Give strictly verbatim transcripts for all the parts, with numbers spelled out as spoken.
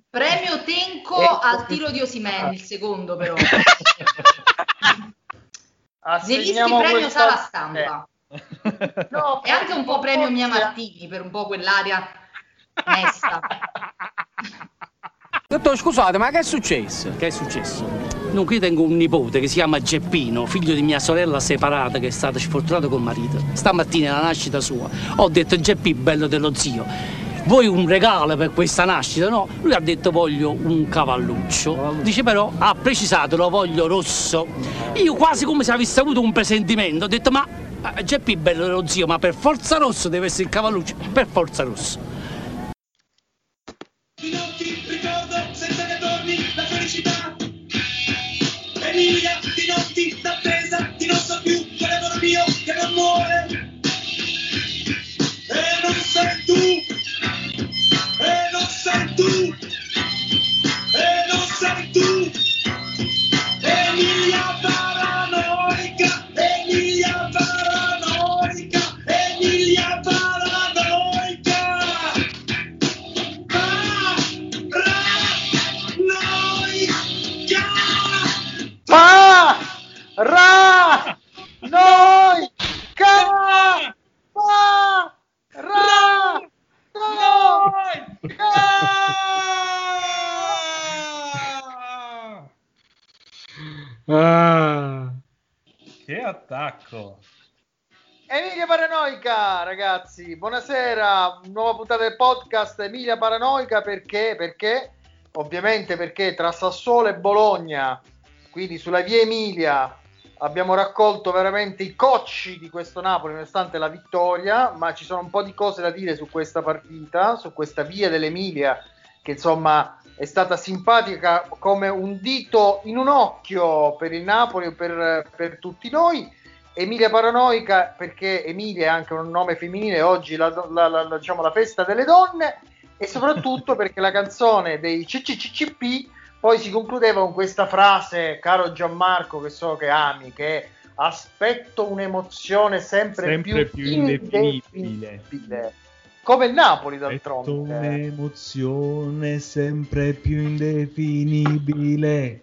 Premio Tenco E- al tiro di Osimhen, il secondo però. Zelischi Assegniamo premio questa- Sala Stampa. No, E anche un po' premio Mia forse- Martini per un po' quell'aria mesta. Dottor, scusate, ma che è successo? Che è successo? Dunque, io tengo un nipote che si chiama Geppino, figlio di mia sorella separata che è stata sfortunata col marito. Stamattina, alla nascita sua, ho detto: Geppi, bello dello zio, vuoi un regalo per questa nascita? No? Lui ha detto: voglio un cavalluccio. Dice però, ha precisato, lo voglio rosso. Io quasi come se avessi avuto un presentimento, ho detto: ma eh, Geppi, bello dello zio, ma per forza rosso deve essere il cavalluccio? Per forza rosso. Di notti ricordo senza ritorni la felicità. Emilia, di notti d'attesa, di non so più quale amore mio che non muore. E non sei tu, e non sei tu, e non sei tu. Emilia paranoica, Emilia paranoica, Emilia paranoica. Pa! Ra! Noi! Ca! Pa! Ra! Noi! Ah, che attacco! Emilia Paranoica, ragazzi, buonasera, nuova puntata del podcast Emilia Paranoica, perché? Perché? Ovviamente perché tra Sassuolo e Bologna, quindi sulla via Emilia, abbiamo raccolto veramente i cocci di questo Napoli nonostante la vittoria, ma ci sono un po' di cose da dire su questa partita, su questa via dell'Emilia, che insomma è stata simpatica come un dito in un occhio per il Napoli e per, per tutti noi. Emilia Paranoica perché Emilia è anche un nome femminile, oggi la, la, la, diciamo, la festa delle donne, e soprattutto perché la canzone dei C C C C P poi si concludeva con questa frase, caro Gianmarco, che so che ami, che è: aspetto un'emozione sempre, Sempre più, più indefinibile. indefinibile. Come il Napoli, Aspetto d'altronde. un'emozione sempre più indefinibile.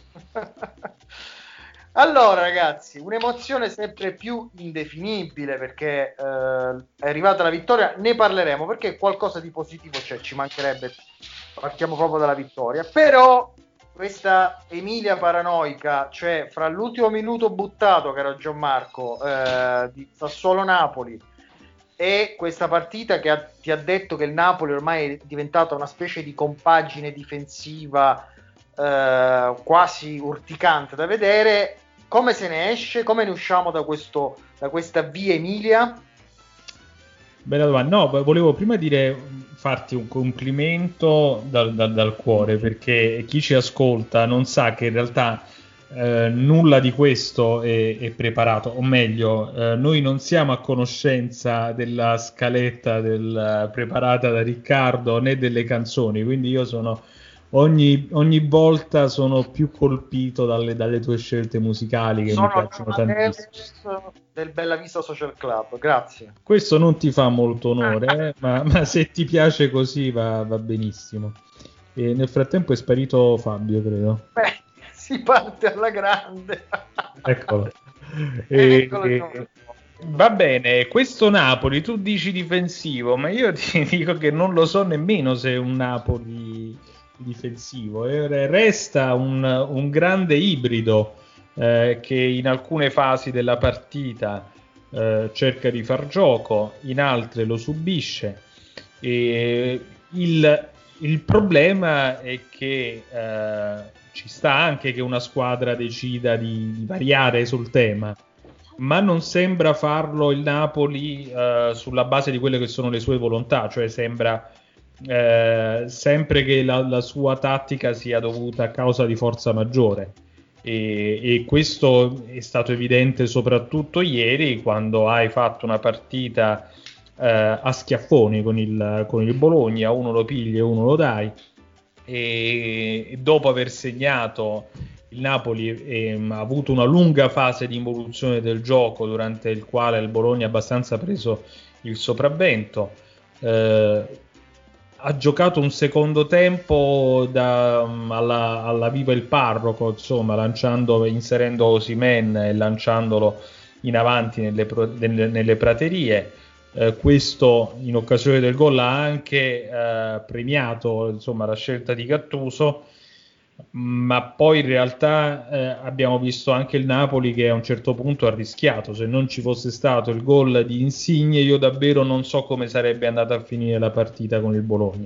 Allora ragazzi, un'emozione sempre più indefinibile perché eh, è arrivata la vittoria, ne parleremo perché qualcosa di positivo c'è, ci mancherebbe, partiamo proprio dalla vittoria, però questa Emilia Paranoica, cioè fra l'ultimo minuto buttato, caro Gianmarco, eh, di Sassuolo-Napoli, e questa partita che ha, ti ha detto che il Napoli ormai è diventata una specie di compagine difensiva eh, quasi urticante da vedere, come se ne esce, come ne usciamo da, questo, da questa via Emilia? Bella domanda. No, volevo prima dire, farti un complimento dal, dal, dal cuore, perché chi ci ascolta non sa che in realtà eh, nulla di questo è, è preparato, o meglio, eh, noi non siamo a conoscenza della scaletta del, preparata da Riccardo né delle canzoni, quindi io sono ogni, ogni volta sono più colpito dalle, dalle tue scelte musicali che Sono mi piacciono tantissimo. del Bella Vista Social Club, grazie. Questo non ti fa molto onore, eh, ma, ma se ti piace così va, va benissimo. E nel frattempo è sparito Fabio, credo. Beh, si parte alla grande. Eccolo. E, Eccolo, e, va bene, questo Napoli tu dici difensivo, ma io ti dico che non lo so nemmeno se è un Napoli difensivo. Eh, resta un, un grande ibrido eh, che in alcune fasi della partita eh, cerca di far gioco, in altre lo subisce. E il, il problema è che eh, ci sta anche che una squadra decida di, di variare sul tema, ma non sembra farlo il Napoli eh, sulla base di quelle che sono le sue volontà, cioè sembra eh, sempre che la, la sua tattica sia dovuta a causa di forza maggiore. E, e questo è stato evidente soprattutto ieri, quando hai fatto una partita eh, a schiaffoni con il, con il Bologna, uno lo pigli e uno lo dai, e, e dopo aver segnato il Napoli eh, ha avuto una lunga fase di involuzione del gioco, durante il quale il Bologna ha abbastanza preso il sopravvento. Eh, ha giocato un secondo tempo da, alla, alla viva il parroco, insomma, lanciando, inserendo Osimhen e lanciandolo in avanti nelle, nelle, nelle praterie. Eh, questo in occasione del gol ha anche eh, premiato, insomma, la scelta di Gattuso, ma poi in realtà eh, abbiamo visto anche il Napoli che a un certo punto ha rischiato. Se non ci fosse stato il gol di Insigne, io davvero non so come sarebbe andata a finire la partita con il Bologna.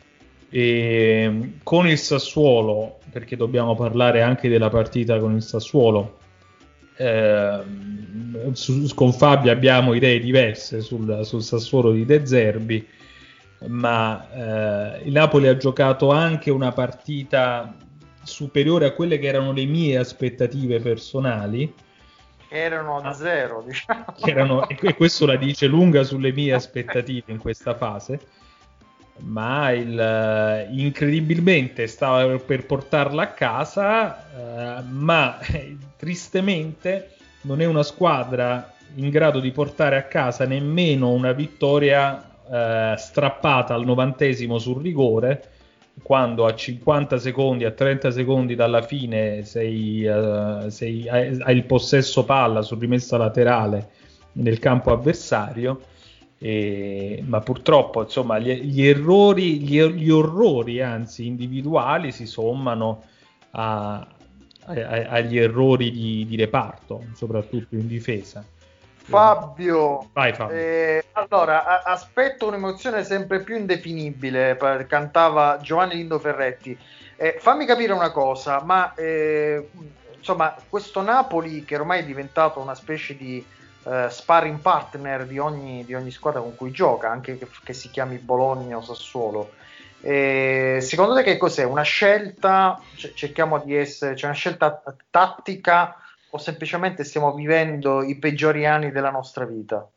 E con il Sassuolo, perché dobbiamo parlare anche della partita con il Sassuolo, eh, su, con Fabio abbiamo idee diverse sul, sul Sassuolo di De Zerbi, ma eh, il Napoli ha giocato anche una partita superiore a quelle che erano le mie aspettative personali, erano a zero, diciamo. Erano, e questo la dice lunga sulle mie aspettative in questa fase, ma il, incredibilmente stava per portarla a casa, eh, ma eh, tristemente non è una squadra in grado di portare a casa nemmeno una vittoria eh, strappata al novantesimo sul rigore, quando a cinquanta secondi, a trenta secondi dalla fine sei, uh, sei, hai, hai il possesso palla su rimessa laterale nel campo avversario, e, ma purtroppo insomma gli, gli errori, gli, gli orrori anzi individuali si sommano a, a, agli errori di, di reparto, soprattutto in difesa. Fabio, Vai, Fabio. Eh, allora a- aspetto un'emozione sempre più indefinibile, per- cantava Giovanni Lindo Ferretti. Eh, fammi capire una cosa, ma eh, insomma questo Napoli che ormai è diventato una specie di eh, sparring partner di ogni, di ogni squadra con cui gioca, anche che, che si chiami Bologna o Sassuolo, eh, secondo te che cos'è? Una scelta, c- cerchiamo di essere, c'è una scelta tattica o semplicemente stiamo vivendo i peggiori anni della nostra vita?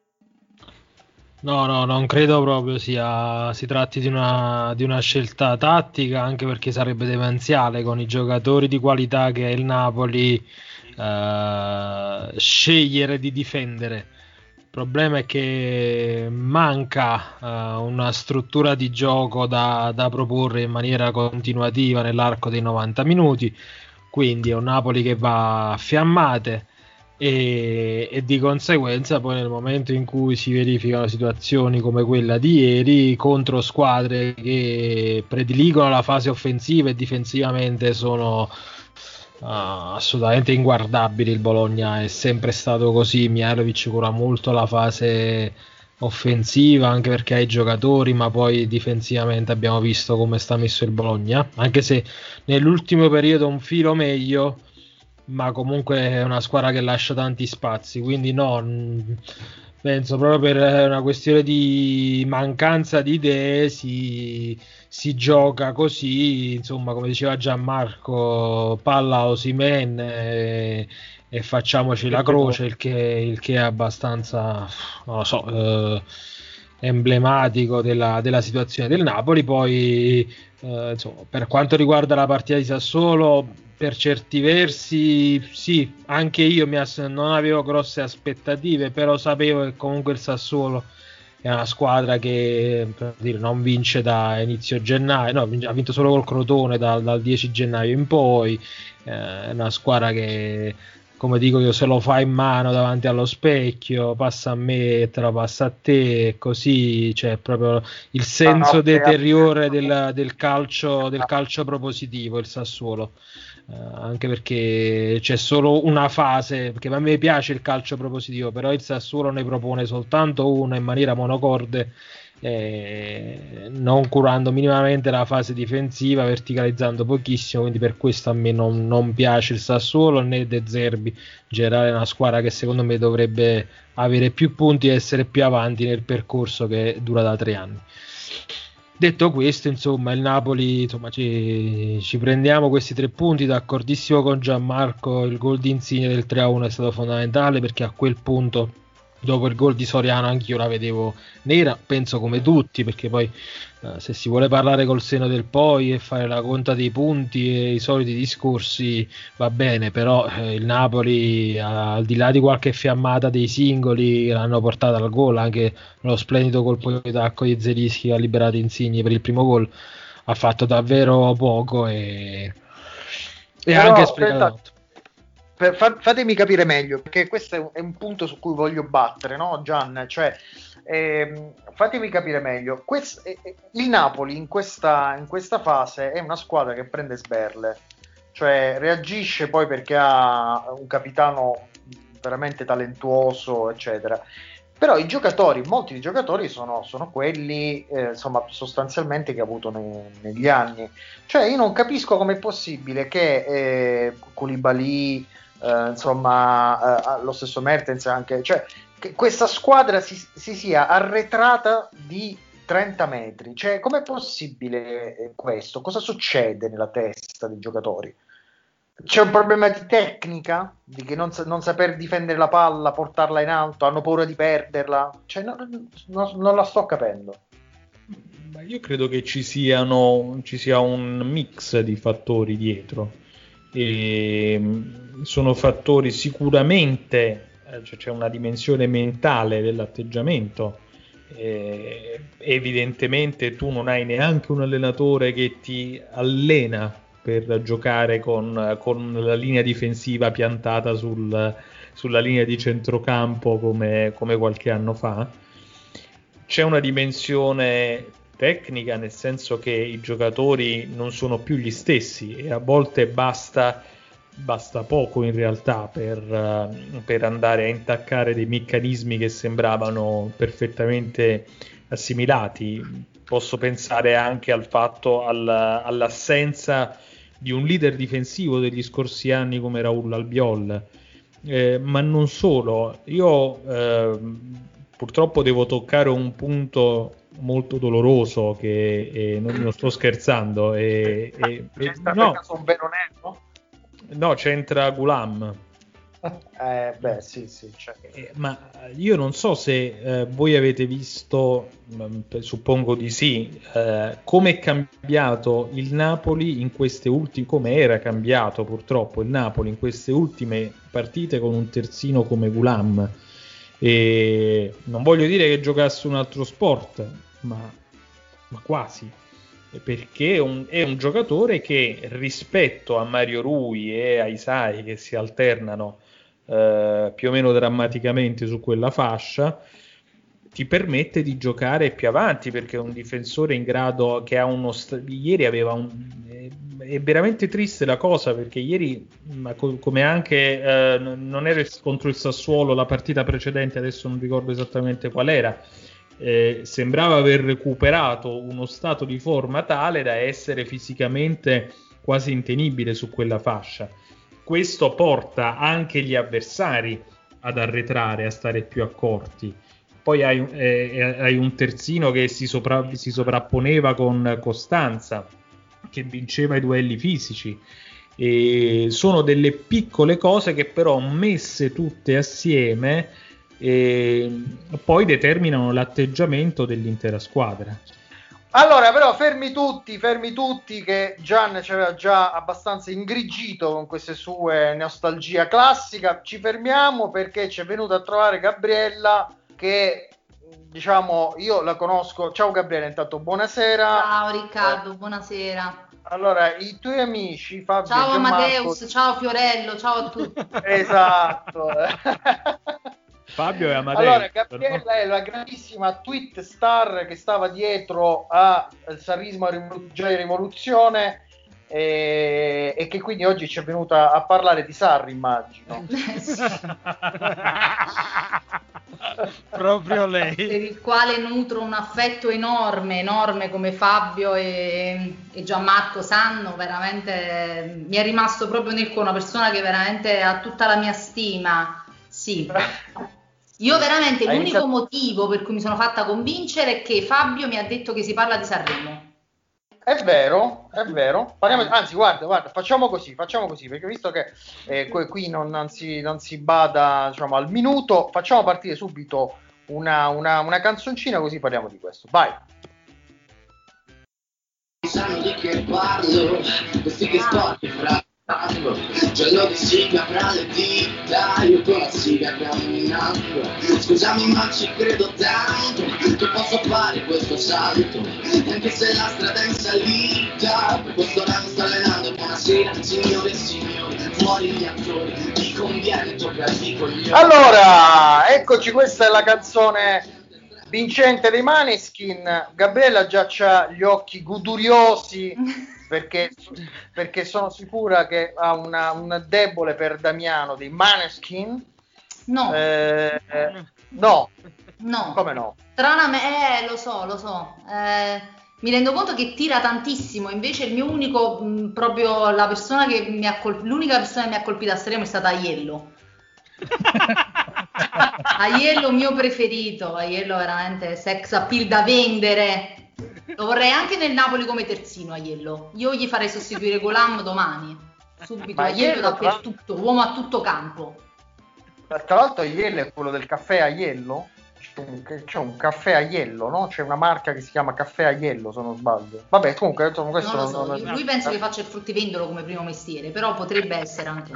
No, no, non credo proprio sia si tratti di una, di una scelta tattica, anche perché sarebbe demenziale con i giocatori di qualità che è il Napoli eh, scegliere di difendere. Il problema è che manca eh, una struttura di gioco da, da proporre in maniera continuativa nell'arco dei novanta minuti. Quindi è un Napoli che va a fiammate e, e di conseguenza poi nel momento in cui si verificano situazioni come quella di ieri contro squadre che prediligono la fase offensiva e difensivamente sono uh, assolutamente inguardabili. Il Bologna è sempre stato così, Mihajlovic cura molto la fase offensiva anche perché ha i giocatori, ma poi difensivamente abbiamo visto come sta messo il Bologna, anche se nell'ultimo periodo un filo meglio, ma comunque è una squadra che lascia tanti spazi, quindi no, penso proprio per una questione di mancanza di idee si, si gioca così, insomma, come diceva Gianmarco, palla Osimhen e, e facciamoci la croce, il che, il che è abbastanza, non lo so, eh, emblematico della, della situazione del Napoli. Poi eh, insomma, per quanto riguarda la partita di Sassuolo, per certi versi sì, anche io mi ass- non avevo grosse aspettative, però sapevo che comunque il Sassuolo è una squadra che per dire, non vince da inizio gennaio, no, ha vinto solo col Crotone dal, dal dieci gennaio in poi, eh, è una squadra che, come dico io, se lo fa in mano davanti allo specchio, passa a me e te lo passa a te, così c'è proprio il senso Ah, no, deteriore del, del calcio del calcio propositivo il Sassuolo. Uh, anche perché c'è solo una fase, perché a me piace il calcio propositivo, però il Sassuolo ne propone soltanto una in maniera monocorde, eh, non curando minimamente la fase difensiva, verticalizzando pochissimo, quindi per questo a me non, non piace il Sassuolo né De Zerbi. In generale è una squadra che secondo me dovrebbe avere più punti e essere più avanti nel percorso che dura da tre anni. Detto questo, insomma, il Napoli, insomma, ci, ci prendiamo questi tre punti, d'accordissimo con Gianmarco, il gol di Insigne del tre a uno è stato fondamentale perché a quel punto dopo il gol di Soriano anch'io la vedevo nera, penso come tutti, perché poi eh, se si vuole parlare col seno del poi e fare la conta dei punti e i soliti discorsi va bene, però eh, il Napoli eh, al di là di qualche fiammata dei singoli che l'hanno portata al gol, anche lo splendido colpo di tacco di Zelinski che ha liberato Insigne per il primo gol, ha fatto davvero poco e, e Però, anche sprecato tanto. Per, fa, fatemi capire meglio, perché questo è un, è un punto su cui voglio battere, no, Gian? Cioè, ehm, fatemi capire meglio. Quest, eh, il Napoli in questa, in questa fase è una squadra che prende sberle, cioè reagisce poi perché ha un capitano veramente talentuoso, eccetera. Però i giocatori, molti dei giocatori sono, sono quelli, eh, insomma, sostanzialmente che ha avuto nei, negli anni. Cioè, io non capisco com'è possibile che eh, Koulibaly, eh, insomma, eh, lo stesso Mertens anche, cioè, che questa squadra si, si sia arretrata di trenta metri. Cioè, com'è possibile questo? Cosa succede nella testa dei giocatori? C'è un problema di tecnica, di che non, non saper difendere la palla, portarla in alto, hanno paura di perderla, cioè, no, no, non la sto capendo. Io credo che ci siano ci sia un mix di fattori dietro, e sono fattori sicuramente, cioè c'è una dimensione mentale dell'atteggiamento. E evidentemente tu non hai neanche un allenatore che ti allena per giocare con, con la linea difensiva piantata sul, sulla linea di centrocampo come, come qualche anno fa. C'è una dimensione tecnica, nel senso che i giocatori non sono più gli stessi e a volte basta, basta poco in realtà per, per andare a intaccare dei meccanismi che sembravano perfettamente assimilati. Posso pensare anche al fatto, al, all'assenza di un leader difensivo degli scorsi anni come Raul Albiol, eh, ma non solo. Io eh, purtroppo devo toccare un punto molto doloroso che eh, non, non sto scherzando. E, e, e, no, un vero nero? No, c'entra Gulam. Eh, beh, sì, sì. Cioè. Eh, ma io non so se eh, voi avete visto, mh, suppongo di sì, eh, come è cambiato il Napoli in queste ultime, come era cambiato purtroppo il Napoli in queste ultime partite con un terzino come Gulam. E non voglio dire che giocasse un altro sport, ma, ma quasi. Perché è un, è un giocatore che rispetto a Mario Rui e a Isai che si alternano Uh, più o meno drammaticamente su quella fascia, ti permette di giocare più avanti, perché è un difensore in grado che ha uno st- ieri aveva un è, è veramente triste la cosa, perché ieri, ma co- come anche uh, non era contro il Sassuolo la partita precedente, adesso non ricordo esattamente qual era, eh, sembrava aver recuperato uno stato di forma tale da essere fisicamente quasi intenibile su quella fascia. Questo porta anche gli avversari ad arretrare, a stare più accorti. Poi hai, eh, hai un terzino che si, sopra, si sovrapponeva con costanza, che vinceva i duelli fisici. E sono delle piccole cose che però messe tutte assieme eh, poi determinano l'atteggiamento dell'intera squadra. Allora, però, fermi tutti, fermi tutti, che Gian ci aveva già abbastanza ingrigito con queste sue nostalgia classica. Ci fermiamo perché ci è venuta a trovare Gabriella, che, diciamo, io la conosco. Ciao Gabriella, intanto buonasera. Ciao Riccardo, eh, buonasera. Allora, i tuoi amici Fabio ciao e Gianmarco... Amadeus, ciao Fiorello, ciao a tutti. Esatto. Fabio e Amadeus. Allora, Gabriella è la grandissima tweet star che stava dietro al Sarrismo Gioia Rivoluzione e, e che quindi oggi ci è venuta a parlare di Sarri, immagino. Proprio lei. Per il quale nutro un affetto enorme, enorme, come Fabio e, e Gianmarco sanno. Veramente mi è rimasto proprio nel cuore, una persona che veramente ha tutta la mia stima. Sì. Io veramente Hai l'unico iniziato... motivo per cui mi sono fatta convincere è che Fabio mi ha detto che si parla di Sanremo. È vero, è vero. Parliamo, anzi, guarda, guarda, facciamo così, facciamo così, perché visto che eh, que- qui non, non, si, non si bada, diciamo, al minuto, facciamo partire subito una, una, una canzoncina, così parliamo di questo. Vai. Sanno di che parlo, questi che sporchi fra giallo di siga fra le dita, io con la siga camminando. Scusami ma ci credo tanto che posso fare questo salto, anche se la strada è in salita. Per questo ora mi sto allenando. Buonasera signore e signori, fuori gli attori, mi conviene toccare i coglioni. Allora, eccoci, questa è la canzone vincente dei Maneskin. Gabriella già c'ha gli occhi goduriosi perché, perché sono sicura che ha una, un debole per Damiano dei Maneskin. No. Eh, no. No. Come no? Stranamente, eh, lo so, lo so. Eh, mi rendo conto che tira tantissimo, invece il mio unico, mh, proprio la persona che mi ha colpito, l'unica persona che mi ha colpito a Sanremo è stata Aiello. Aiello mio preferito, Aiello veramente sex appeal da vendere. Lo vorrei anche nel Napoli come terzino Aiello. Io gli farei sostituire Golam domani. Subito, Ma Aiello Aiello, tra- dappertutto, uomo a tutto campo. Tra l'altro Aiello è quello del caffè Aiello. C'è un, c'è un caffè Aiello, no? C'è una marca che si chiama Caffè Aiello, se non sbaglio. Vabbè, comunque insomma, questo Non lo so, non- lui, lui penso che faccia il fruttivendolo come primo mestiere, però potrebbe essere anche.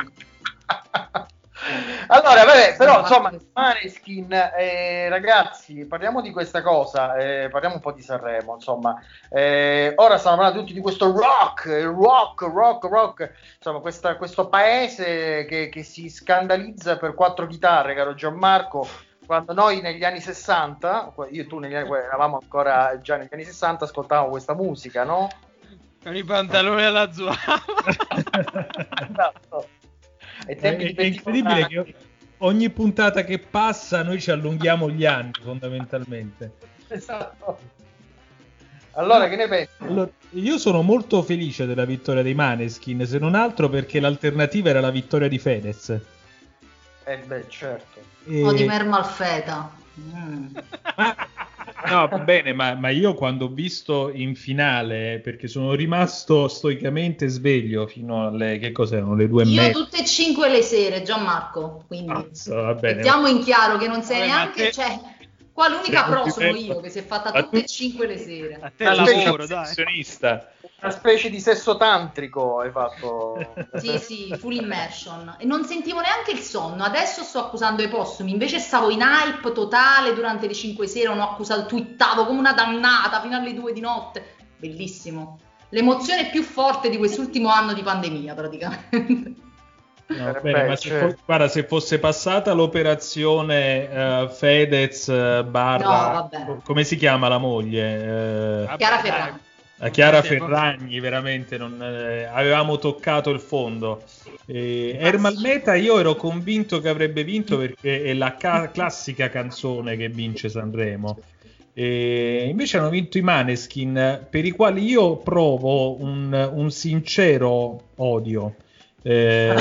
Allora, vabbè, però Sì, insomma, questo. Maneskin, eh, ragazzi, parliamo di questa cosa, eh, parliamo un po' di Sanremo, insomma. Eh, ora stanno parlando tutti di questo rock, il rock, rock, rock, insomma, questa- questo paese che, che si scandalizza per quattro chitarre, caro Gianmarco, quando noi negli anni sessanta, io e tu negli anni, eravamo ancora già negli anni sessanta, ascoltavamo questa musica, no? Con i pantaloni alla zuava. Esatto. Ai È, tempi di è venti incredibile che ogni puntata che passa noi ci allunghiamo gli anni, fondamentalmente. Esatto. Allora, che ne pensi? Allora, io sono molto felice della vittoria dei Maneskin, se non altro perché l'alternativa era la vittoria di Fedez. Eh beh, certo. E- O di Mermalfeta. Mm. Ma- no, va bene, ma, ma io quando ho visto in finale, perché sono rimasto stoicamente sveglio fino alle, che cos'erano, le due e Io mezza. tutte e cinque le sere, Gianmarco, quindi Cazzo, va bene. mettiamo in chiaro che non sei Vabbè, ma neanche, te- cioè, qua l'unica Sei pro un sono livello- io che si è fatta Ma tutte e tu- cinque le sere. A te Una il specie lavoro, di dai. Professionista. Una specie di sesso tantrico hai fatto. Sì, sì, full immersion. E non sentivo neanche il sonno. Adesso sto accusando i postumi. Invece stavo in hype totale durante le cinque sere. Non ho accusato, twittavo come una dannata fino alle due di notte. Bellissimo. L'emozione più forte di quest'ultimo anno di pandemia, praticamente. No, Eh, bene, beh, ma se, certo. fo- guarda, se fosse passata l'operazione eh, Fedez eh, barra, No, vabbè. co- come si chiama la moglie? Eh, Chiara Vabbè, dai. Ferragni. a Chiara Sì, Ferragni, veramente non, eh, avevamo toccato il fondo. Eh, Ermal Meta io ero convinto che avrebbe vinto perché è la ca- classica canzone che vince Sanremo. E invece hanno vinto i Maneskin, per i quali io provo un, un sincero odio. Eh,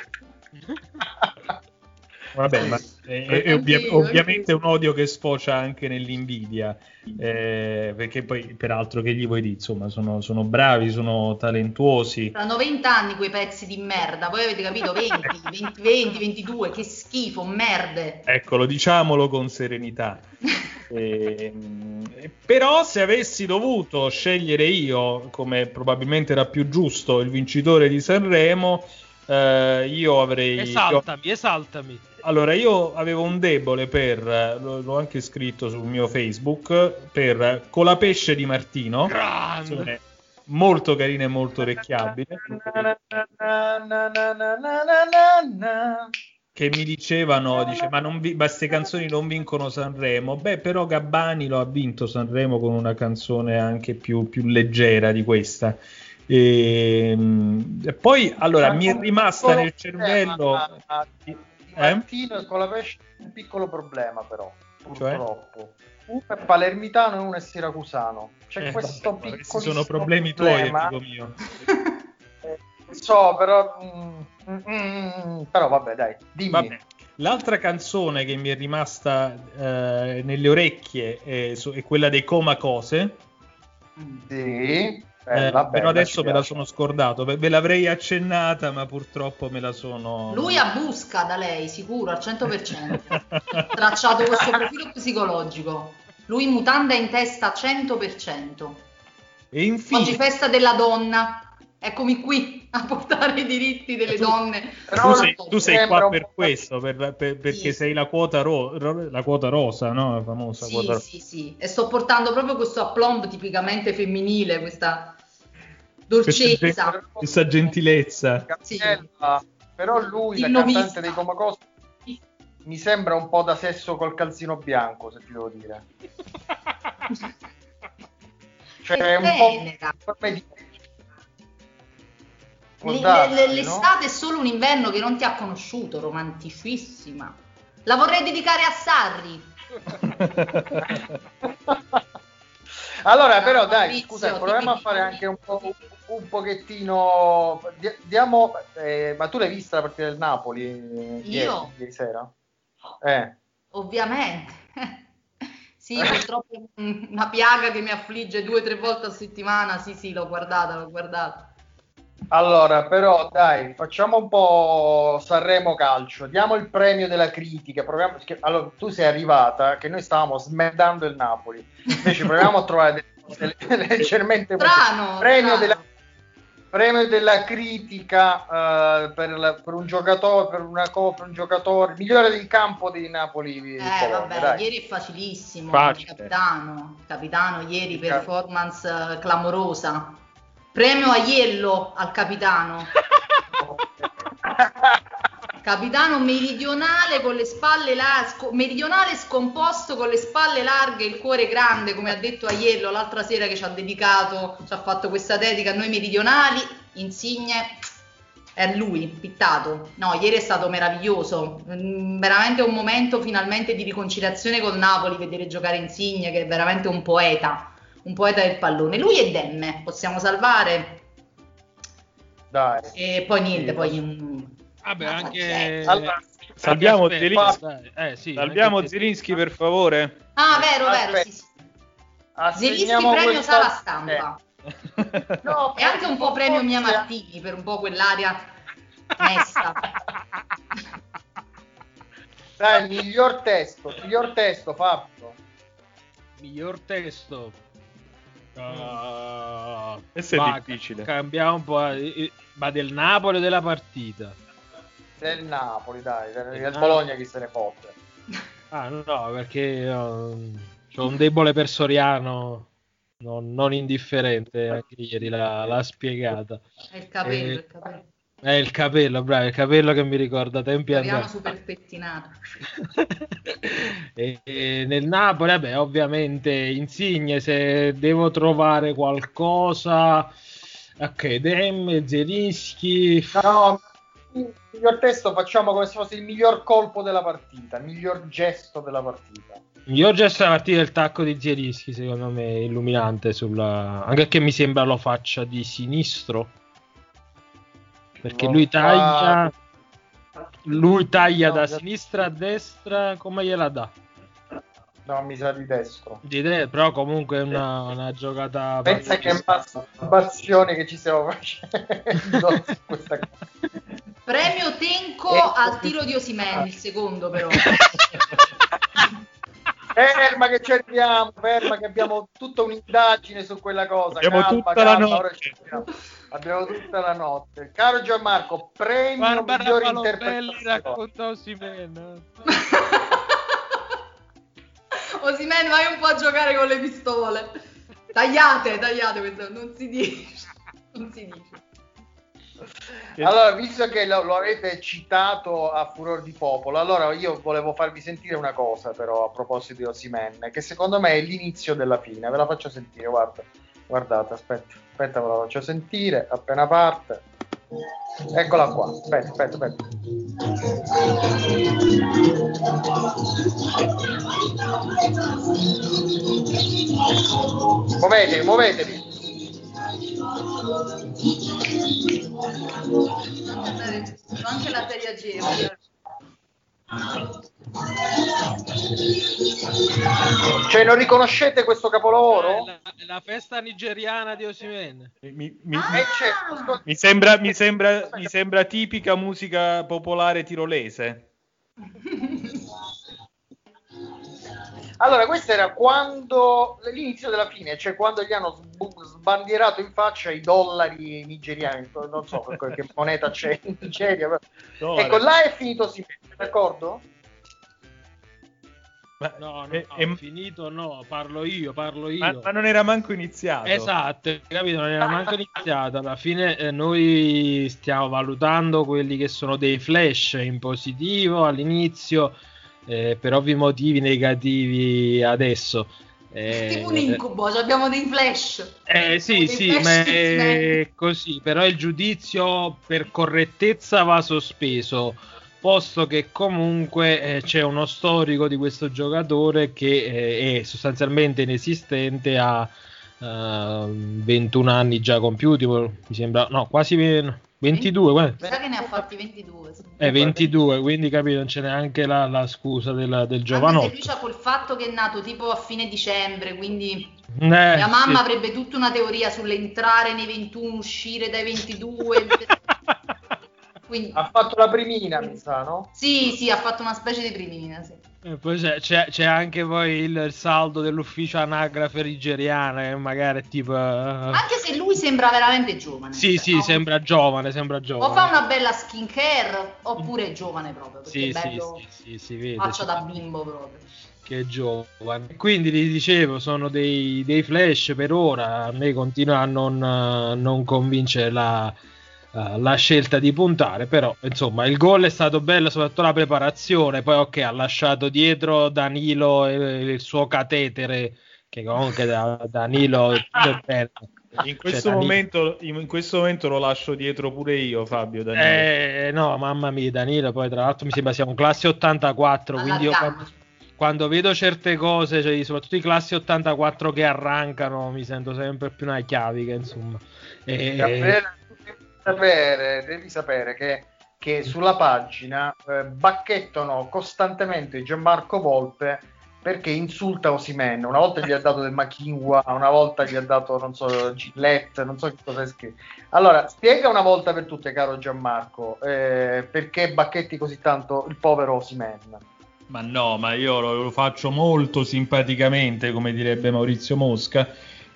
vabbè, ma è, è- è ovvia- Anch'io, ovviamente è anch'io. un odio che sfocia anche nell'invidia, eh, perché poi peraltro che gli vuoi dire, insomma, sono, sono bravi, sono talentuosi. Saranno venti anni quei pezzi di merda. Voi avete capito? venti, venti, venti, ventidue. Che schifo, merde. Eccolo, diciamolo con serenità. Ehm, però se avessi dovuto scegliere io, come probabilmente era più giusto, il vincitore di Sanremo, eh, io avrei... Esaltami, esaltami. Allora, io avevo un debole per, lo- l'ho anche scritto sul mio Facebook, per Colapesce di Martino, Grande. canzone molto carina e molto orecchiabile, che mi dicevano, dice, ma, non vi, ma queste canzoni non vincono Sanremo. Beh, però Gabbani lo ha vinto Sanremo con una canzone anche più, più leggera di questa. E, e poi, allora, mi è rimasta nel cervello... Di Eh? Martino e con la pesce un piccolo problema, però, Cioè? purtroppo. Uno è palermitano e uno è siracusano. C'è Eh, questo vabbè, questi piccolissimo sono problemi tuoi, problema. amico mio. Eh, so, però... mm, mm, mm, però vabbè, dai, dimmi. Vabbè. L'altra canzone che mi è rimasta eh, nelle orecchie è, so- è quella dei Comacose, Sì. Bella, Eh, bella, però adesso ci me la piace. sono scordato, ve ve l'avrei accennata, ma purtroppo me la sono... Lui abusca da lei, sicuro, al cento per cento. Tracciato questo profilo psicologico. Lui in mutanda in testa cento per cento. E infine... Oggi festa della donna. Eccomi qui a portare i diritti delle donne. Tu sei, tu sei Sembra qua un per po' questo, per- per- perché Sì. sei la quota, ro- ro- la quota rosa, no? La famosa Sì, quota sì, sì. E sto portando proprio questo aplomb tipicamente femminile, questa dolcezza. Questa, questa gentilezza. Gabriella, però lui, la Innovista. cantante dei Comacos, mi sembra un po' da sesso col calzino bianco, se ti devo dire. Cioè, è un Tenera. po' per me di- Può L- darsi, l- no? L'estate è solo un inverno che non ti ha conosciuto, romanticissima. La vorrei dedicare a Sarri. Allora, però, No, dai, Maurizio, scusa, ti proviamo a vedi- fare anche un po' un pochettino. di- Diamo, eh, ma tu l'hai vista la partita del Napoli eh, ieri, Io? ieri sera? Eh. Ovviamente. Sì, purtroppo è una piaga che mi affligge due o tre volte a settimana. Sì, sì, l'ho guardata, l'ho guardata. Allora, però, dai, facciamo un po' Sanremo calcio, diamo il premio della critica. Proviamo, perché, allora, tu sei arrivata che noi stavamo smerdando il Napoli, invece proviamo a trovare delle cose leggermente Strano, premio strano. della premio della critica eh, per, la- per un giocatore, per una co- per un giocatore migliore del campo di Napoli. di Eh, Bologna, vabbè, dai. ieri è facilissimo. Facile. Capitano, capitano, ieri Il performance eh, clamorosa. Premio Aiello al capitano. Capitano meridionale con le spalle la- sco- meridionale scomposto con le spalle larghe, il cuore grande, come ha detto Aiello l'altra sera che ci ha dedicato, ci ha fatto questa dedica a noi meridionali. Insigne è lui, pittato. No, ieri è stato meraviglioso. Mm, veramente un momento finalmente di riconciliazione col Napoli, vedere giocare Insigne, che è veramente un poeta, un poeta del pallone. Lui e Demme, possiamo salvare. Dai. E poi niente, Sì, poi un... Vabbè, una anche... pazienza. Allora, Salviamo Aspetta, Zielinski. dai, eh, sì, Salviamo anche- Zielinski, per favore. Ah, vero, vero, Aspetta. sì, sì. assegniamo Zelinski premio questa- Sala Stampa. Eh, no, E anche un po' premio Mia forse- Martini, per un po' quell'aria messa. Dai, il miglior testo, il miglior testo, Fabio. Miglior testo. Ah, Questo è va, difficile. Cambiamo un po', eh, eh, ma del Napoli o della partita? Del Napoli, dai, del, del Ah. Bologna chi se ne fotte. Ah, no, perché ho un debole per Soriano, non, non indifferente, anche ieri l'ha, l'ha spiegata. È il capello, Eh, il capello. È il capello, bravo, il capello che mi ricorda tempi Soriano andati. super pettinato. e, e nel Napoli, vabbè, ovviamente Insigne, se devo trovare qualcosa, ok, Dem, Zielinski, No, il miglior testo facciamo come se fosse il miglior colpo della partita, il miglior gesto della partita. il miglior gesto della partita è il tacco di Zielinski, secondo me, illuminante, sulla... anche perché mi sembra lo faccia di sinistro, perché Lo lui fa- taglia, lui taglia No, da già- sinistra a destra, come gliela dà? No, mi sa di destro. Di te, però comunque è una, una giocata Pensa che masturbazione che ci stiamo facendo su questa cosa. Premio Tenco Ecco. al tiro di Osimhen, il secondo però. Ferma che ci arriviamo, ferma che abbiamo tutta un'indagine su quella cosa. Abbiamo calma, tutta la calma, notte. ora ci arriviamo. Abbiamo tutta la notte. Caro Gianmarco, premio Barbara miglior Palombelli interpretazione. racconta Osimhen. Osimhen, vai un po' a giocare con le pistole. Tagliate, tagliate questo, non si dice. Non si dice. Allora, visto che lo, lo avete citato a furor di popolo, allora io volevo farvi sentire una cosa però a proposito di Osimhen, che secondo me è l'inizio della fine. Ve la faccio sentire, guarda. Guardate, aspetta, aspetta, ve la faccio sentire appena parte. Eccola qua, aspetta, aspetta, aspetta. Muovetevi, muovetevi. C'ho anche la serie G. Cioè, non riconoscete questo capolavoro? La, la festa nigeriana di Osimhen. Mi, mi, Ah! mi, Certo, mi sembra, mi, sembra, mi sembra tipica musica popolare tirolese. Allora, questo era quando l'inizio della fine, cioè quando gli hanno sbu- sbandierato in faccia i dollari nigeriani, non so che moneta c'è in Nigeria. Dollari. Ecco, là è finito Osimhen, d'accordo? Ma, No, no, è, no, finito no, parlo io, parlo io. Ma, ma non era manco iniziato. Esatto, capito? Non era manco iniziato. Alla fine eh, noi stiamo valutando quelli che sono dei flash in positivo all'inizio, eh, per ovvi motivi negativi adesso. Eh, tipo un incubo, cioè abbiamo dei flash. Eh sì, dei sì, flash ma X-Men. è così, però il giudizio per correttezza va sospeso, posto che comunque eh, c'è uno storico di questo giocatore che eh, è sostanzialmente inesistente, ha uh, ventuno anni già compiuti, mi sembra, no, quasi ventidue, guarda. Sa che ne ha fatti ventidue. Sì. Eh, ventidue, quindi capito, non c'è neanche la, la scusa della, del Anche giovanotto. se lui c'ha col fatto che è nato tipo a fine dicembre, quindi Eh, mia mamma sì. avrebbe tutta una teoria sull'entrare nei ventuno, uscire dai ventidue. Quindi, Ha fatto la primina, mi sa, no? sì, sì, ha fatto una specie di primina, sì. E poi c'è, c'è, c'è anche poi il, il saldo dell'ufficio anagrafe nigeriana che magari è tipo uh, Anche se lui sembra veramente giovane. sì cioè, sì no? sembra giovane, sembra giovane. O fa una bella skin care oppure è giovane proprio, perché sì, è bello, sì, sì, sì, si vede, faccia sì, da bimbo proprio. che è giovane. Quindi vi dicevo, sono dei, dei flash per ora, a me continua a non, uh, non convincere la, uh, la scelta di puntare, però insomma il gol è stato bello, soprattutto la preparazione, poi ok, ha lasciato dietro Danilo e il suo catetere, che comunque da, Danilo è bene. In questo, Cioè, Danilo- momento, in questo momento lo lascio dietro pure io, Fabio. Danilo. Eh, no, mamma mia, Danilo, poi tra l'altro mi sembra sia un classe ottantaquattro, quindi io Allargando. quando, quando vedo certe cose, cioè soprattutto i classi ottantaquattro che arrancano, mi sento sempre più una chiavica, insomma. E- Gabriele, devi sapere, devi sapere che, che sulla pagina eh, bacchettano costantemente Gianmarco Volpe perché insulta Osimhen. Una volta gli ha dato del Machinwa, una volta gli ha dato, non so, Gillette, non so che cosa è scritto. Allora, spiega una volta per tutte, caro Gianmarco, eh, perché bacchetti così tanto il povero Osimhen. Ma no, ma io lo, lo faccio molto simpaticamente, come direbbe Maurizio Mosca.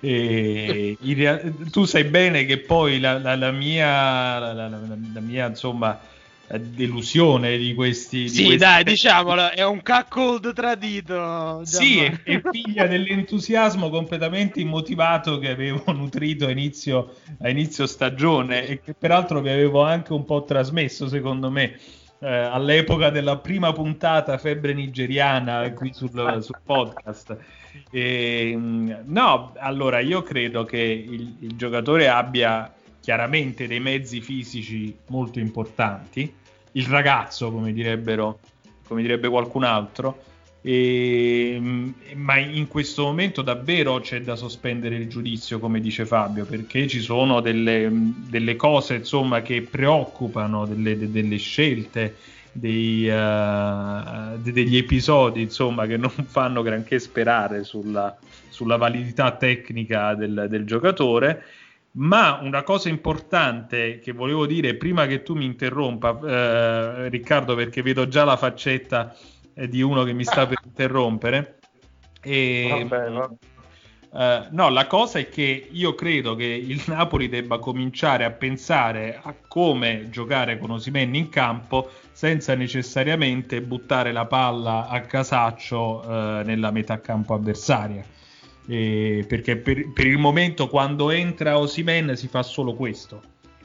E in rea- tu sai bene che poi la, la, la mia, la, la, la mia insomma delusione di questi. Sì, di questi... dai, diciamolo, è un cuckold tradito. Sì, è, Gianmarco. è figlia dell'entusiasmo completamente immotivato che avevo nutrito a inizio, a inizio stagione e che peraltro vi avevo anche un po' trasmesso, secondo me, eh, all'epoca della prima puntata Febbre Nigeriana qui sul, sul podcast. E, no, allora io credo che il, il giocatore abbia chiaramente dei mezzi fisici molto importanti, il ragazzo, come direbbero, come direbbe qualcun altro. E, ma in questo momento davvero c'è da sospendere il giudizio, come dice Fabio, perché ci sono delle, delle cose insomma che preoccupano, delle, de, delle scelte, dei, uh, de, degli episodi insomma che non fanno granché sperare sulla, sulla validità tecnica del, del giocatore. Ma una cosa importante che volevo dire prima che tu mi interrompa, eh, Riccardo, perché vedo già la faccetta di uno che mi sta per interrompere. E, Vabbè, vabbè. Uh, no, la cosa è che io credo che il Napoli debba cominciare a pensare a come giocare con Osimhen in campo senza necessariamente buttare la palla a casaccio uh, nella metà campo avversaria. E perché per, per il momento quando entra Osimhen si fa solo questo.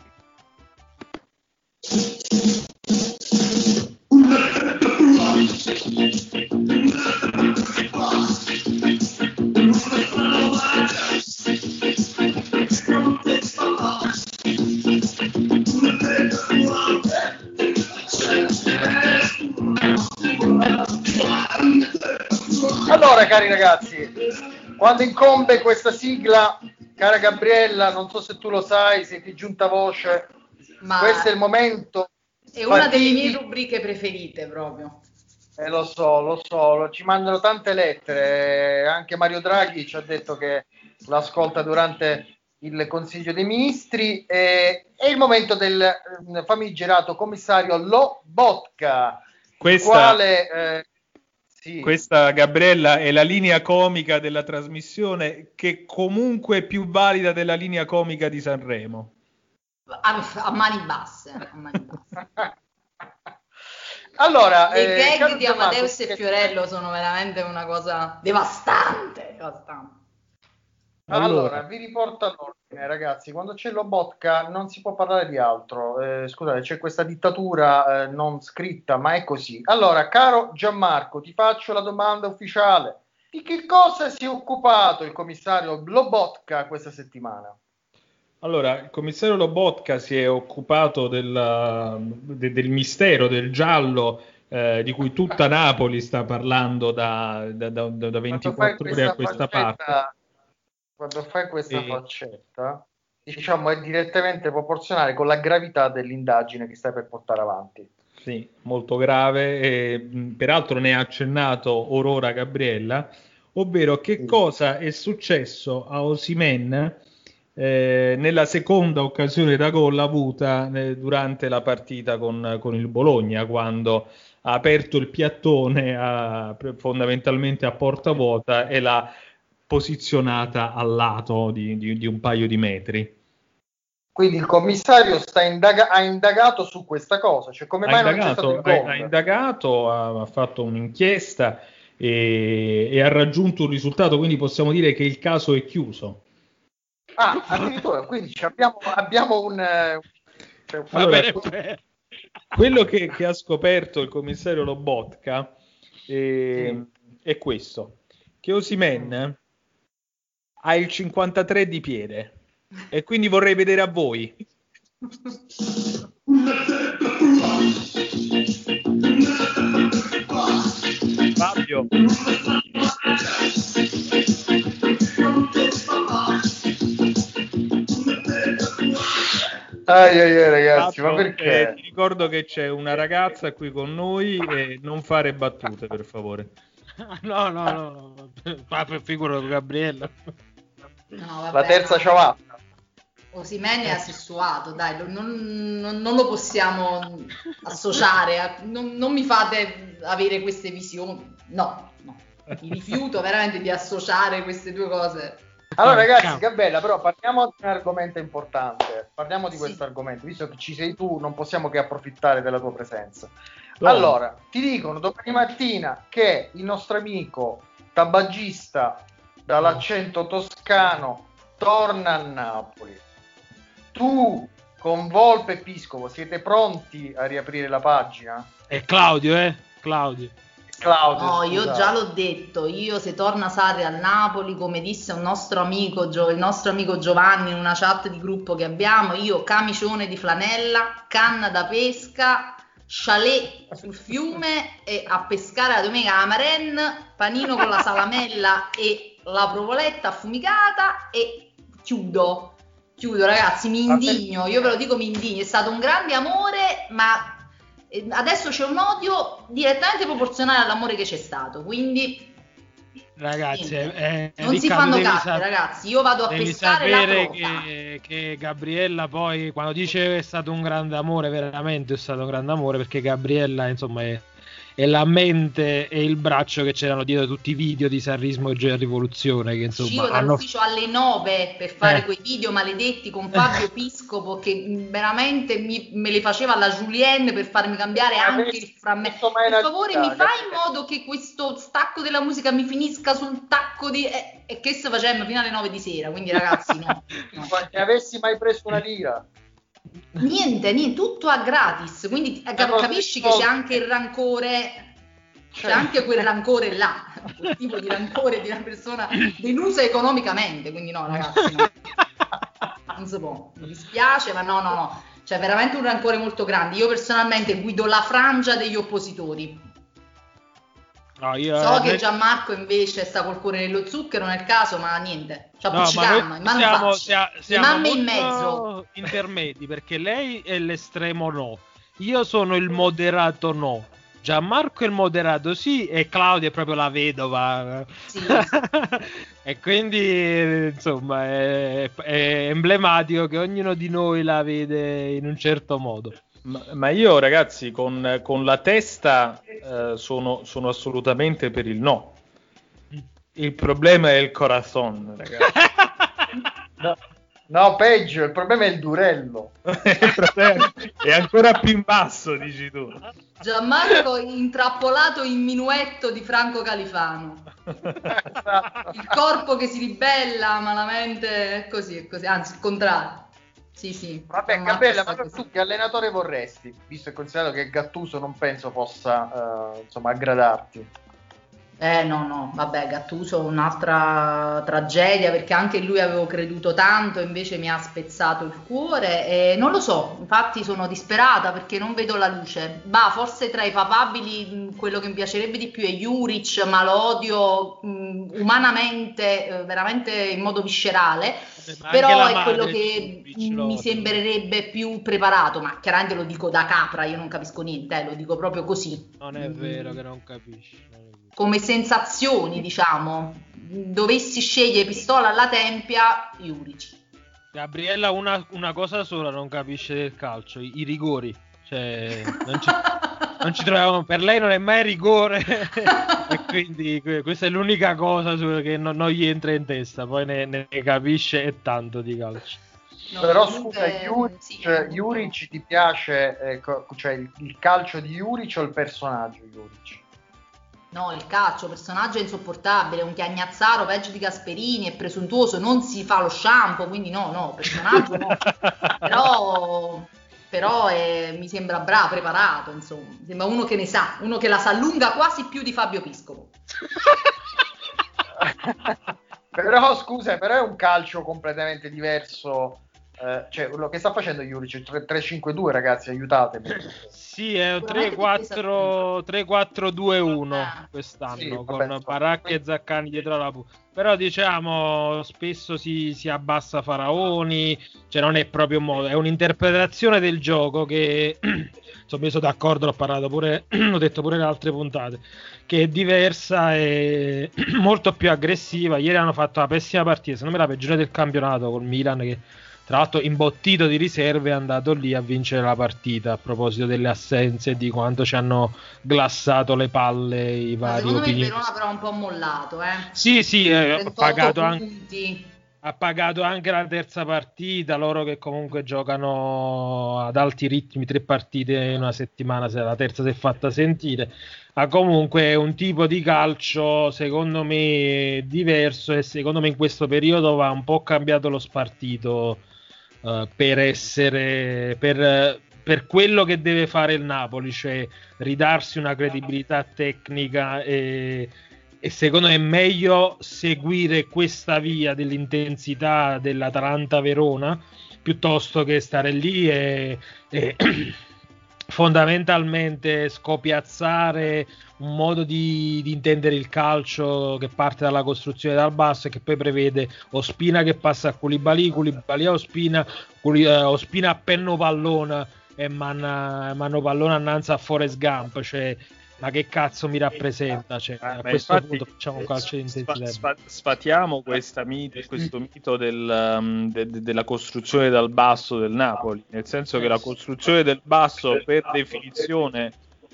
Allora, cari ragazzi, quando incombe questa sigla, cara Gabriella, non so se tu lo sai, sei di giunta voce, Ma questo è il momento. è una delle fatidico. mie rubriche preferite proprio. Eh, lo so, lo so, lo- ci mandano tante lettere, eh, anche Mario Draghi ci ha detto che l'ascolta durante il Consiglio dei Ministri. E è il momento del eh, famigerato commissario Lobotka, il Questa, quale... eh, sì. questa, Gabriella, è la linea comica della trasmissione, che comunque è più valida della linea comica di Sanremo. A, a mani basse, a mani basse. Allora, Le eh, caro gag di Gianmarco, Amadeus e che- Fiorello sono veramente una cosa devastante, devastante. Allora, Allora, vi riporto all'ordine, ragazzi. Quando c'è Lobotka non si può parlare di altro. Eh, scusate, c'è questa dittatura eh, non scritta, ma è così. Allora, caro Gianmarco, ti faccio la domanda ufficiale. Di che cosa si è occupato il commissario Lobotka questa settimana? Allora, il commissario Lobotka si è occupato del, de- del mistero del giallo, eh, di cui tutta Napoli sta parlando da, da- da- da Quando fai ventiquattro ore a questa parte. faccetta, quando fai questa E- faccetta, diciamo, è direttamente proporzionale con la gravità dell'indagine che stai per portare avanti. Sì, molto grave, e, mh, peraltro ne ha accennato orora Gabriella, ovvero che Sì. cosa è successo a Osimhen eh, nella seconda occasione da gol avuta eh, durante la partita con, con il Bologna, quando ha aperto il piattone a- fondamentalmente a porta vuota e l'ha posizionata al lato di, di- di un paio di metri. Quindi il commissario sta indaga- ha indagato su questa cosa, cioè come Ha mai non c'è stato indagato, il ha, gol? ha indagato, ha, ha fatto un'inchiesta e, e ha raggiunto un risultato, quindi possiamo dire che il caso è chiuso. Ah, addirittura, quindi ci abbiamo, abbiamo un... eh, cioè, un- Allora, bene, que- bene. quello che, che ha scoperto il commissario Lobotka eh, è questo, che Osimhen ha il cinquantatré di piede, e quindi vorrei vedere a voi. Fabio, Ai ai ai ragazzi, ma Fabio, perché? eh, ti ricordo che c'è una ragazza qui con noi e non fare battute, per favore. No, no, no, no. Ma per figura con Gabriella. No, vabbè, La terza no. ciabatta. Osimhen è asessuato, dai, lo- non, non- non lo possiamo associare, a- non, non mi fate avere queste visioni, no, no, mi rifiuto veramente di associare queste due cose. Allora ragazzi, Ciao. Gabriella, però parliamo di un argomento importante, parliamo di Sì. questo argomento, visto che ci sei tu, non possiamo che approfittare della tua presenza. No. Allora, ti dicono domani mattina che il nostro amico tabagista dall'accento toscano torna a Napoli. Tu con Volpe e Piscopo siete pronti a riaprire la pagina? È Claudio, eh? Claudio. Claudio, No, io scusate. già l'ho detto, io se torna Sarri a Napoli, come disse un nostro amico, Gio- il nostro amico Giovanni in una chat di gruppo che abbiamo, io camicione di flanella, canna da pesca, chalet sul fiume e a pescare la domenica a Maren, panino con la salamella e la provoletta affumicata e chiudo. Chiudo ragazzi, mi indigno, io ve lo dico, mi indigno, è stato un grande amore, ma eh, adesso c'è un odio direttamente proporzionale all'amore che c'è stato, quindi Ragazzi, niente. è, è, non si Riccardo, fanno devi carte sap- ragazzi, io vado a devi pescare la sapere trota. che, che Gabriella poi, quando dice che è stato un grande amore, veramente è stato un grande amore, perché Gabriella, insomma, è, è la mente e il braccio che c'erano dietro tutti i video di Sarrismo e Rivoluzione, che insomma Uscivo hanno... dall'ufficio alle nove per fare Eh. quei video maledetti con Fabio Piscopo che mh, veramente mi- me li faceva la Julienne per farmi cambiare Ma anche avessi il frammento. visto mai Per la favore vita, mi fai in Gabriele? modo che questo stacco della musica mi finisca sul tacco di... E, e che sto facendo fino alle nove di sera, quindi ragazzi no. no. Ne avessi mai preso una lira? Niente, niente, tutto a gratis, quindi eh, cap- capisci che c'è anche il rancore... C'è anche quel rancore là, quel tipo di rancore di una persona delusa economicamente, quindi no ragazzi, no. Non si può, mi dispiace, ma no, no, no, c'è veramente un rancore molto grande. Io personalmente guido la frangia degli oppositori. No, io, So eh, che Gianmarco invece sta col cuore nello zucchero nel caso, ma niente, c'ha no, ma Puccicamma, noi in mano siamo, faccia. sia- Le siamo mamme in molto mezzo. intermedi, perché lei è l'estremo no, io sono il moderato no. Gianmarco è il moderato, sì, e Claudia è proprio la vedova. Sì. E quindi, insomma, è, è emblematico che ognuno di noi la vede in un certo modo. Ma, ma io, ragazzi, con, con la testa eh, sono, sono assolutamente per il no. Il problema è il corazon, ragazzi. No. No, peggio, il problema è il durello. È ancora più in basso, dici tu. Gianmarco intrappolato in minuetto di Franco Califano. Esatto. Il corpo che si ribella, ma la mente è così, è così, anzi il contrario. Sì, sì. Vabbè, Gianmarco Gabriella, sta ma così. tu che allenatore vorresti? Visto e considerato che Gattuso non penso possa eh, insomma aggradarti. Eh no, no, vabbè, Gattuso un'altra tragedia, perché anche in lui avevo creduto tanto, invece mi ha spezzato il cuore e non lo so, infatti sono disperata perché non vedo la luce. Bah, forse tra i papabili mh, quello che mi piacerebbe di più è Juric, ma lo odio mh, umanamente, eh, veramente in modo viscerale, Ma però anche la è madre quello di che Juric lo mi odia. sembrerebbe più preparato, ma chiaramente lo dico da capra, io non capisco niente, eh, lo dico proprio così. Non è Mm. vero che non capisci. non è vero. Come sensazioni, diciamo, dovessi scegliere pistola alla tempia, Juric. Gabriella una, una cosa sola non capisce del calcio, i, i rigori. Cioè, non ci, non ci troviamo, per lei non è mai rigore e quindi que- questa è l'unica cosa su- che non, non gli entra in testa, poi ne, ne capisce e tanto di calcio. No, Però comunque, scusa, Juric, sì, Juric ti piace, ecco, cioè il, il calcio di Juric o il personaggio Juric? no, il calcio, personaggio è insopportabile, è un chiagnazzaro peggio di Gasperini, è presuntuoso, non si fa lo shampoo, quindi no, no, personaggio no. Però, però è- mi sembra bravo, preparato, insomma, mi sembra uno che ne sa, uno che la sa lunga quasi più di Fabio Piscopo. Però scusa, però è un calcio completamente diverso. eh, cioè quello che sta facendo Juric tre cinque due, ragazzi, aiutatemi. Sì, è un Sicuramente tre quattro due uno Ah, quest'anno, sì, con vabbè, Baracchi e Zaccagni dietro la pu. Però diciamo spesso si, si abbassa Faraoni, cioè non è proprio un modo, è un'interpretazione del gioco che insomma io sono d'accordo, l'ho parlato pure, l'ho detto pure in altre puntate, che è diversa e molto più aggressiva. Ieri hanno fatto una pessima partita, secondo me la peggiore del campionato col Milan, che tra l'altro imbottito di riserve è andato lì a vincere la partita, a proposito delle assenze e di quanto ci hanno glassato le palle i ma vari secondo me il opinioni. Verona però è un po' mollato, eh. Sì, sì, eh, ha trentotto pagato anche, punti. ha pagato anche la terza partita, loro che comunque giocano ad alti ritmi, tre partite in una settimana, se la terza si è fatta sentire. Ma comunque è un tipo di calcio secondo me diverso e secondo me in questo periodo va un po' cambiato lo spartito eh, per essere per, per quello che deve fare il Napoli, cioè ridarsi una credibilità tecnica e, e secondo me è meglio seguire questa via dell'intensità dell'Atalanta Verona piuttosto che stare lì e, e fondamentalmente scopiazzare un modo di, di intendere il calcio che parte dalla costruzione dal basso e che poi prevede Ospina che passa a Koulibaly, Koulibaly a Ospina, Couli- eh, Ospina a penno pallona e manna, manno pallona annanzi a Forrest Gump, cioè ma che cazzo mi rappresenta? Cioè, Ah, a ma questo infatti, punto facciamo un eh, calcio di sfa- intensità. sfa- sfatiamo questa mito, questo mito del, um, de- de- della costruzione dal basso del Napoli, nel senso che la costruzione del basso per definizione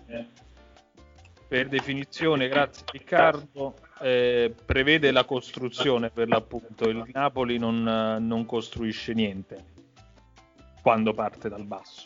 per definizione, grazie Riccardo, eh, prevede la costruzione per l'appunto. Il Napoli non, eh, non costruisce niente quando parte dal basso.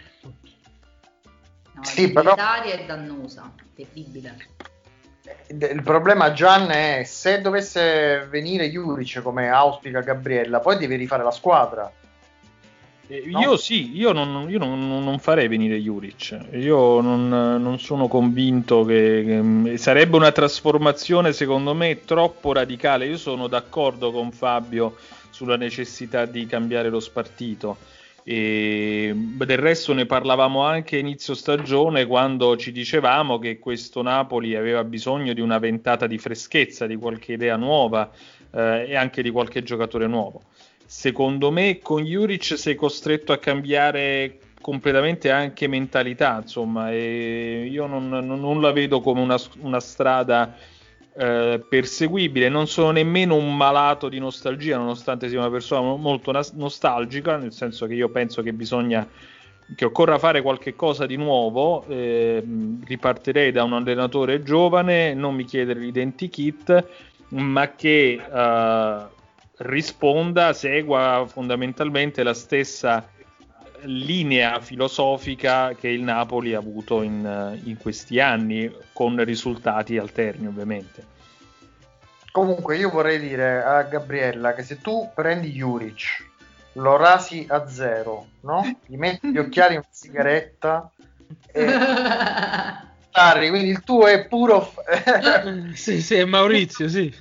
No, Sì, però- l'Italia è dannosa, terribile. Il problema, Gian, è se dovesse venire Juric come auspica Gabriella, poi devi rifare la squadra. Eh, No? Io sì, io, non, io non, non farei venire Juric, io non, non sono convinto che, che sarebbe una trasformazione secondo me troppo radicale. Io sono d'accordo con Fabio sulla necessità di cambiare lo spartito e del resto ne parlavamo anche a inizio stagione quando ci dicevamo che questo Napoli aveva bisogno di una ventata di freschezza, di qualche idea nuova eh, e anche di qualche giocatore nuovo. Secondo me con Juric sei costretto a cambiare completamente anche mentalità, insomma, e io non, non, non la vedo come una, una strada eh, perseguibile. Non sono nemmeno un malato di nostalgia, nonostante sia una persona molto nas- nostalgica, nel senso che io penso che bisogna che occorra fare qualche cosa di nuovo. Eh, ripartirei da un allenatore giovane, non mi chiedere l'identikit, ma che eh, risponda, segua fondamentalmente la stessa linea filosofica che il Napoli ha avuto in, in questi anni, con risultati alterni ovviamente. Comunque io vorrei dire a Gabriella che se tu prendi Juric, lo rasi a zero, no? Gli metti gli occhiali, una sigaretta e... quindi il tuo è puro sì sì è Maurizio, sì.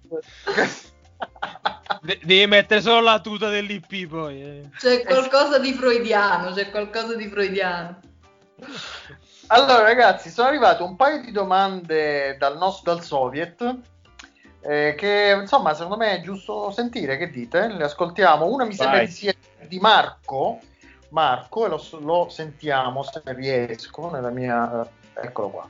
De- devi mettere solo la tuta dell'I P poi eh. C'è qualcosa di freudiano, c'è qualcosa di freudiano. Allora ragazzi, sono arrivate un paio di domande dal nostro dal Soviet eh, che insomma secondo me è giusto sentire, che dite? Le ascoltiamo. Una mi sembra Vai. di sia di Marco Marco e lo, lo sentiamo se riesco nella mia eh, eccolo qua.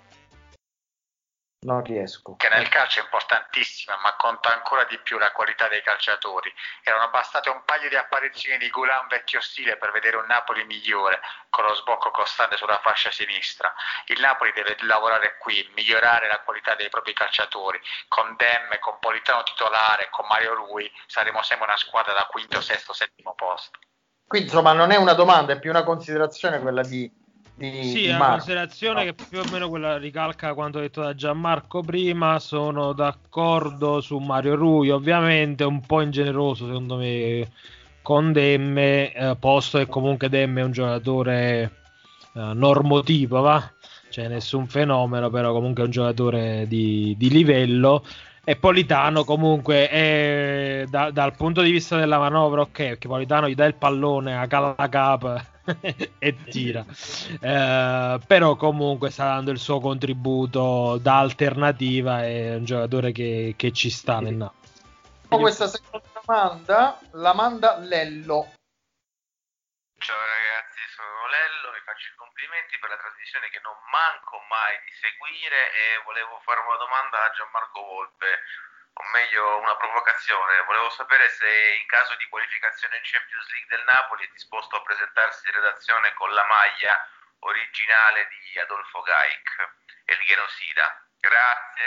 Non riesco. Che nel calcio è importantissima, ma conta ancora di più la qualità dei calciatori. Erano bastate un paio di apparizioni di Gulan vecchio stile per vedere un Napoli migliore, con lo sbocco costante sulla fascia sinistra. Il Napoli deve lavorare qui, migliorare la qualità dei propri calciatori. Con Demme, con Politano titolare, con Mario Rui, saremo sempre una squadra da quinto, sesto, settimo posto. Quindi insomma non è una domanda, è più una considerazione quella di Di, sì, di è una Marco. considerazione che più o meno quella ricalca quanto detto da Gianmarco prima. Sono d'accordo su Mario Rui, ovviamente un po' ingeneroso secondo me con Demme, eh, posto che comunque Demme è un giocatore eh, normotipo, va? Cioè nessun fenomeno, però comunque è un giocatore di, di livello. E Politano comunque è, da, dal punto di vista della manovra, ok, perché Politano gli dà il pallone a Calacap e tira, eh, però comunque sta dando il suo contributo da alternativa, è un giocatore che, che ci sta nel Napoli. Questa seconda domanda la manda Lello. Ciao ragazzi, sono Lello, vi faccio i complimenti per la trasmissione che non manco mai di seguire e volevo fare una domanda a Gianmarco Volpe, o meglio una provocazione. Volevo sapere se in caso di qualificazione in Champions League del Napoli è disposto a presentarsi in redazione con la maglia originale di Adolfo Gaik e il Genosida. Grazie.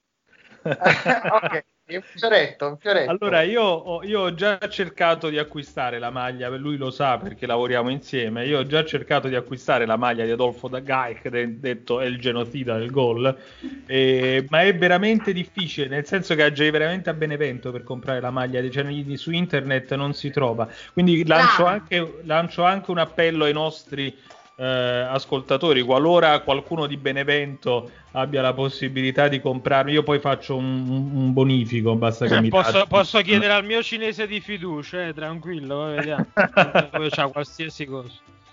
Ok, un fioretto, un fioretto. Allora io ho, io ho già cercato di acquistare la maglia, lui lo sa perché lavoriamo insieme. Io ho già cercato di acquistare la maglia di Adolfo da Gaik, detto è il genocida del gol, eh, ma è veramente difficile, nel senso che aggi veramente a Benevento per comprare la maglia, cioè, su internet non si trova. Quindi lancio anche, lancio anche un appello ai nostri Eh, ascoltatori, qualora qualcuno di Benevento abbia la possibilità di comprarmi, io poi faccio un, un bonifico, basta che mi posso, posso chiedere al mio cinese di fiducia, eh, tranquillo, vediamo. C'ha qualsiasi cosa.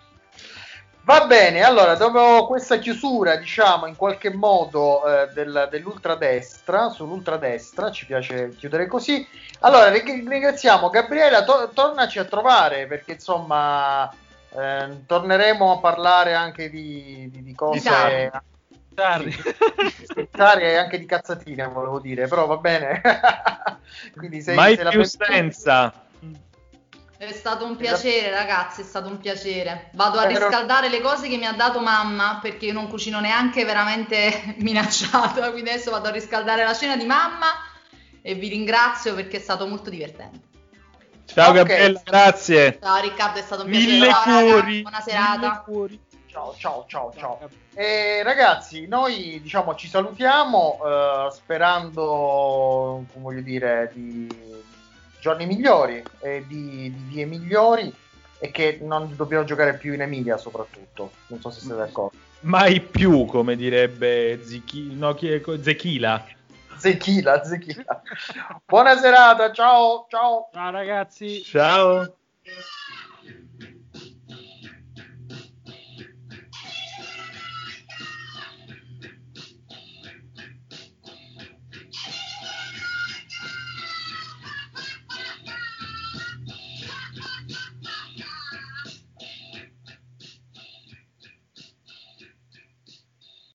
Va bene, allora dopo questa chiusura, diciamo in qualche modo eh, del, dell'ultradestra, sull'ultradestra, ci piace chiudere così. Allora ringraziamo Gabriela, to- tornaci a trovare perché insomma Eh, torneremo a parlare anche di, di, di cose e anche di cazzatine, volevo dire, però va bene. Quindi sei, mai sei più la senza. È stato un piacere ragazzi, è stato un piacere. Vado a riscaldare le cose che mi ha dato mamma, perché io non cucino neanche veramente minacciata, quindi adesso vado a riscaldare la cena di mamma e vi ringrazio perché è stato molto divertente. Ciao Okay. Gabriella, grazie. Ciao Riccardo, è stato un Mille piacere. Ciao, raga, cuori, buona serata. Ciao ciao ciao ciao. E ragazzi, noi diciamo ci salutiamo eh, sperando, come voglio dire, di giorni migliori e di, di vie migliori e che non dobbiamo giocare più in Emilia soprattutto. Non so se siete d'accordo. Mai più, come direbbe Zichi... no, chi è... Zechila. Zechila, Zechila. Buona serata, ciao, ciao. Ciao ragazzi. Ciao.